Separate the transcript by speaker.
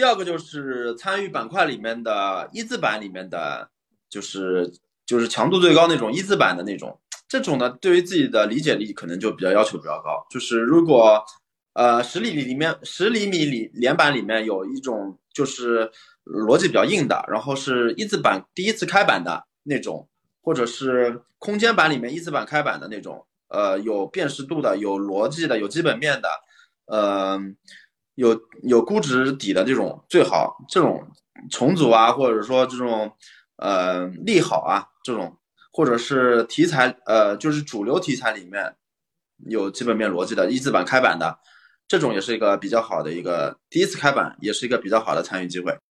Speaker 1: 第二个就是参与板块里面的一字板里面的，就是就是强度最高那种一字板的那种，这种呢，对于自己的理解力可能就比较要求比较高。就是如果10厘米连板里面有一种就是逻辑比较硬的，然后是一字板第一次开板的那种，或者是空间板里面一字板开板的那种，有辨识度的，有逻辑的，有基本面的，呃，有估值底的这种最好，这种重组啊，或者说这种利好啊这种，或者是题材就是主流题材里面有基本面逻辑的一字板开板的，这种也是一个比较好的一个第一次开板，也是一个比较好的参与机会。